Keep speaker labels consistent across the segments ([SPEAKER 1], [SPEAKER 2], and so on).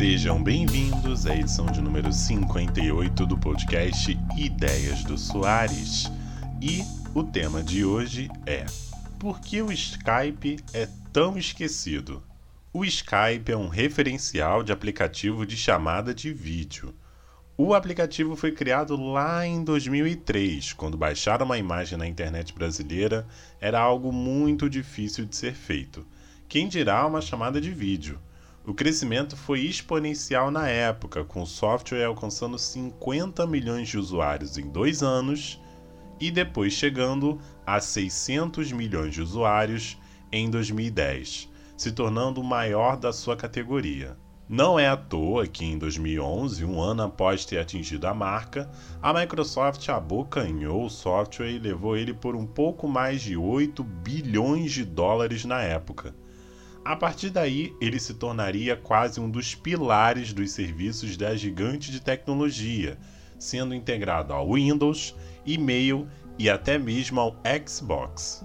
[SPEAKER 1] Sejam bem-vindos à edição de número 58 do podcast Ideias do Soares. E o tema de hoje é: por que o Skype é tão esquecido? O Skype é um referencial de aplicativo de chamada de vídeo. O aplicativo foi criado lá em 2003, quando baixar uma imagem na internet brasileira era algo muito difícil de ser feito. Quem dirá uma chamada de vídeo? O crescimento foi exponencial na época, com o software alcançando 50 milhões de usuários em 2 anos e depois chegando a 600 milhões de usuários em 2010, se tornando o maior da sua categoria. Não é à toa que em 2011, um ano após ter atingido a marca, a Microsoft abocanhou o software e levou ele por um pouco mais de 8 bilhões de dólares na época. A partir daí, ele se tornaria quase um dos pilares dos serviços da gigante de tecnologia, sendo integrado ao Windows, e-mail e até mesmo ao Xbox.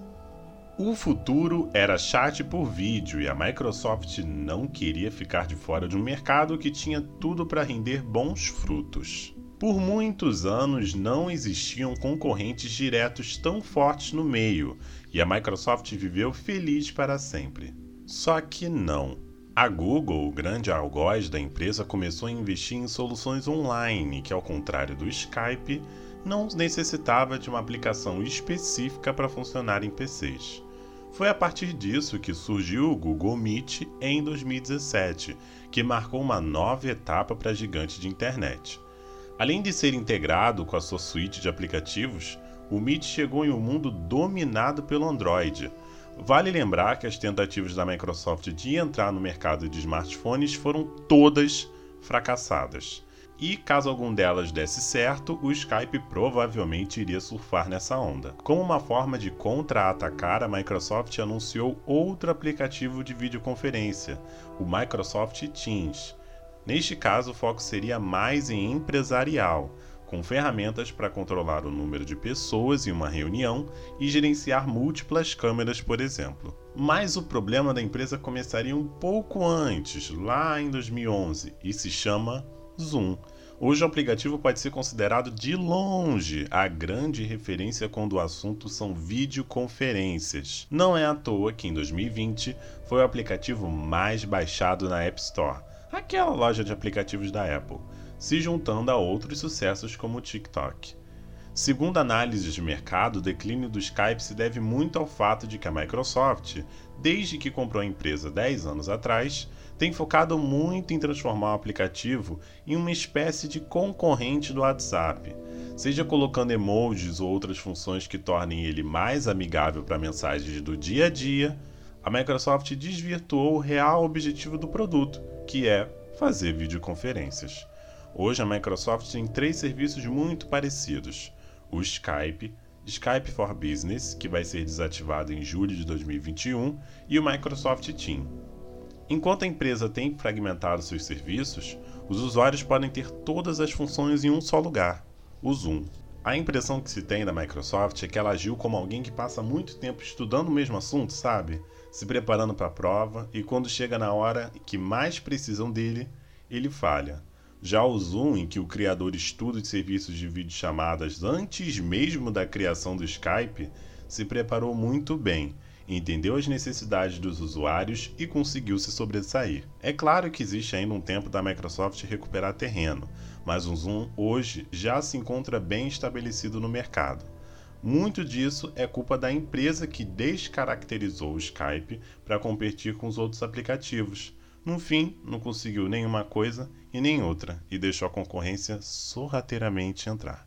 [SPEAKER 1] O futuro era chat por vídeo e a Microsoft não queria ficar de fora de um mercado que tinha tudo para render bons frutos. Por muitos anos não existiam concorrentes diretos tão fortes no meio e a Microsoft viveu feliz para sempre. Só que não. A Google, o grande algoz da empresa, começou a investir em soluções online que, ao contrário do Skype, não necessitava de uma aplicação específica para funcionar em PCs. Foi a partir disso que surgiu o Google Meet em 2017, que marcou uma nova etapa para a gigante de internet. Além de ser integrado com a sua suíte de aplicativos, o Meet chegou em um mundo dominado pelo Android. Vale lembrar que as tentativas da Microsoft de entrar no mercado de smartphones foram todas fracassadas. E caso algum delas desse certo, o Skype provavelmente iria surfar nessa onda. Como uma forma de contra-atacar, a Microsoft anunciou outro aplicativo de videoconferência, o Microsoft Teams. Neste caso, o foco seria mais em empresarial, com ferramentas para controlar o número de pessoas em uma reunião e gerenciar múltiplas câmeras, por exemplo. Mas o problema da empresa começaria um pouco antes, lá em 2011, e se chama Zoom. Hoje o aplicativo pode ser considerado de longe a grande referência quando o assunto são videoconferências. Não é à toa que em 2020 foi o aplicativo mais baixado na App Store, aquela loja de aplicativos da Apple, se juntando a outros sucessos como o TikTok. Segundo análises de mercado, o declínio do Skype se deve muito ao fato de que a Microsoft, desde que comprou a empresa 10 anos atrás, tem focado muito em transformar o aplicativo em uma espécie de concorrente do WhatsApp, seja colocando emojis ou outras funções que tornem ele mais amigável para mensagens do dia a dia. A Microsoft desvirtuou o real objetivo do produto, que é fazer videoconferências. Hoje a Microsoft tem 3 serviços muito parecidos: o Skype, Skype for Business, que vai ser desativado em julho de 2021, e o Microsoft Teams. Enquanto a empresa tem fragmentado seus serviços, os usuários podem ter todas as funções em um só lugar, o Zoom. A impressão que se tem da Microsoft é que ela agiu como alguém que passa muito tempo estudando o mesmo assunto, sabe? Se preparando para a prova, e quando chega na hora que mais precisam dele, ele falha. Já o Zoom, em que o criador estuda os serviços de videochamadas antes mesmo da criação do Skype, se preparou muito bem, entendeu as necessidades dos usuários e conseguiu se sobressair. É claro que existe ainda um tempo da Microsoft recuperar terreno, mas o Zoom hoje já se encontra bem estabelecido no mercado. Muito disso é culpa da empresa que descaracterizou o Skype para competir com os outros aplicativos. No fim, não conseguiu nenhuma coisa e nem outra, e deixou a concorrência sorrateiramente entrar.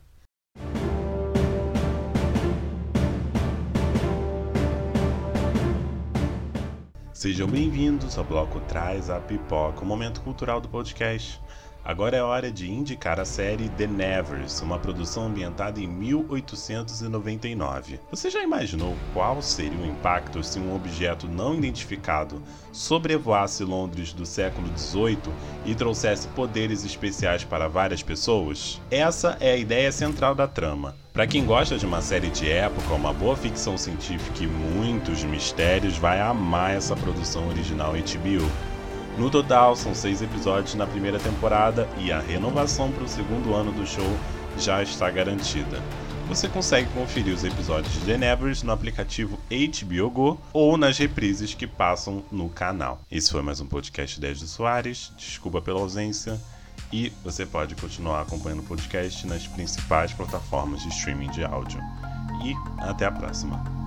[SPEAKER 1] Sejam bem-vindos ao bloco Traz a Pipoca, o momento cultural do podcast. Agora é hora de indicar a série The Nevers, uma produção ambientada em 1899. Você já imaginou qual seria o impacto se um objeto não identificado sobrevoasse Londres do século XVIII e trouxesse poderes especiais para várias pessoas? Essa é a ideia central da trama. Para quem gosta de uma série de época, uma boa ficção científica e muitos mistérios, vai amar essa produção original HBO. No total, são 6 episódios na primeira temporada e a renovação para o segundo ano do show já está garantida. Você consegue conferir os episódios de The Nevers no aplicativo HBO Go ou nas reprises que passam no canal. Esse foi mais um podcast Ideias do Soares, desculpa pela ausência, e você pode continuar acompanhando o podcast nas principais plataformas de streaming de áudio. E até a próxima!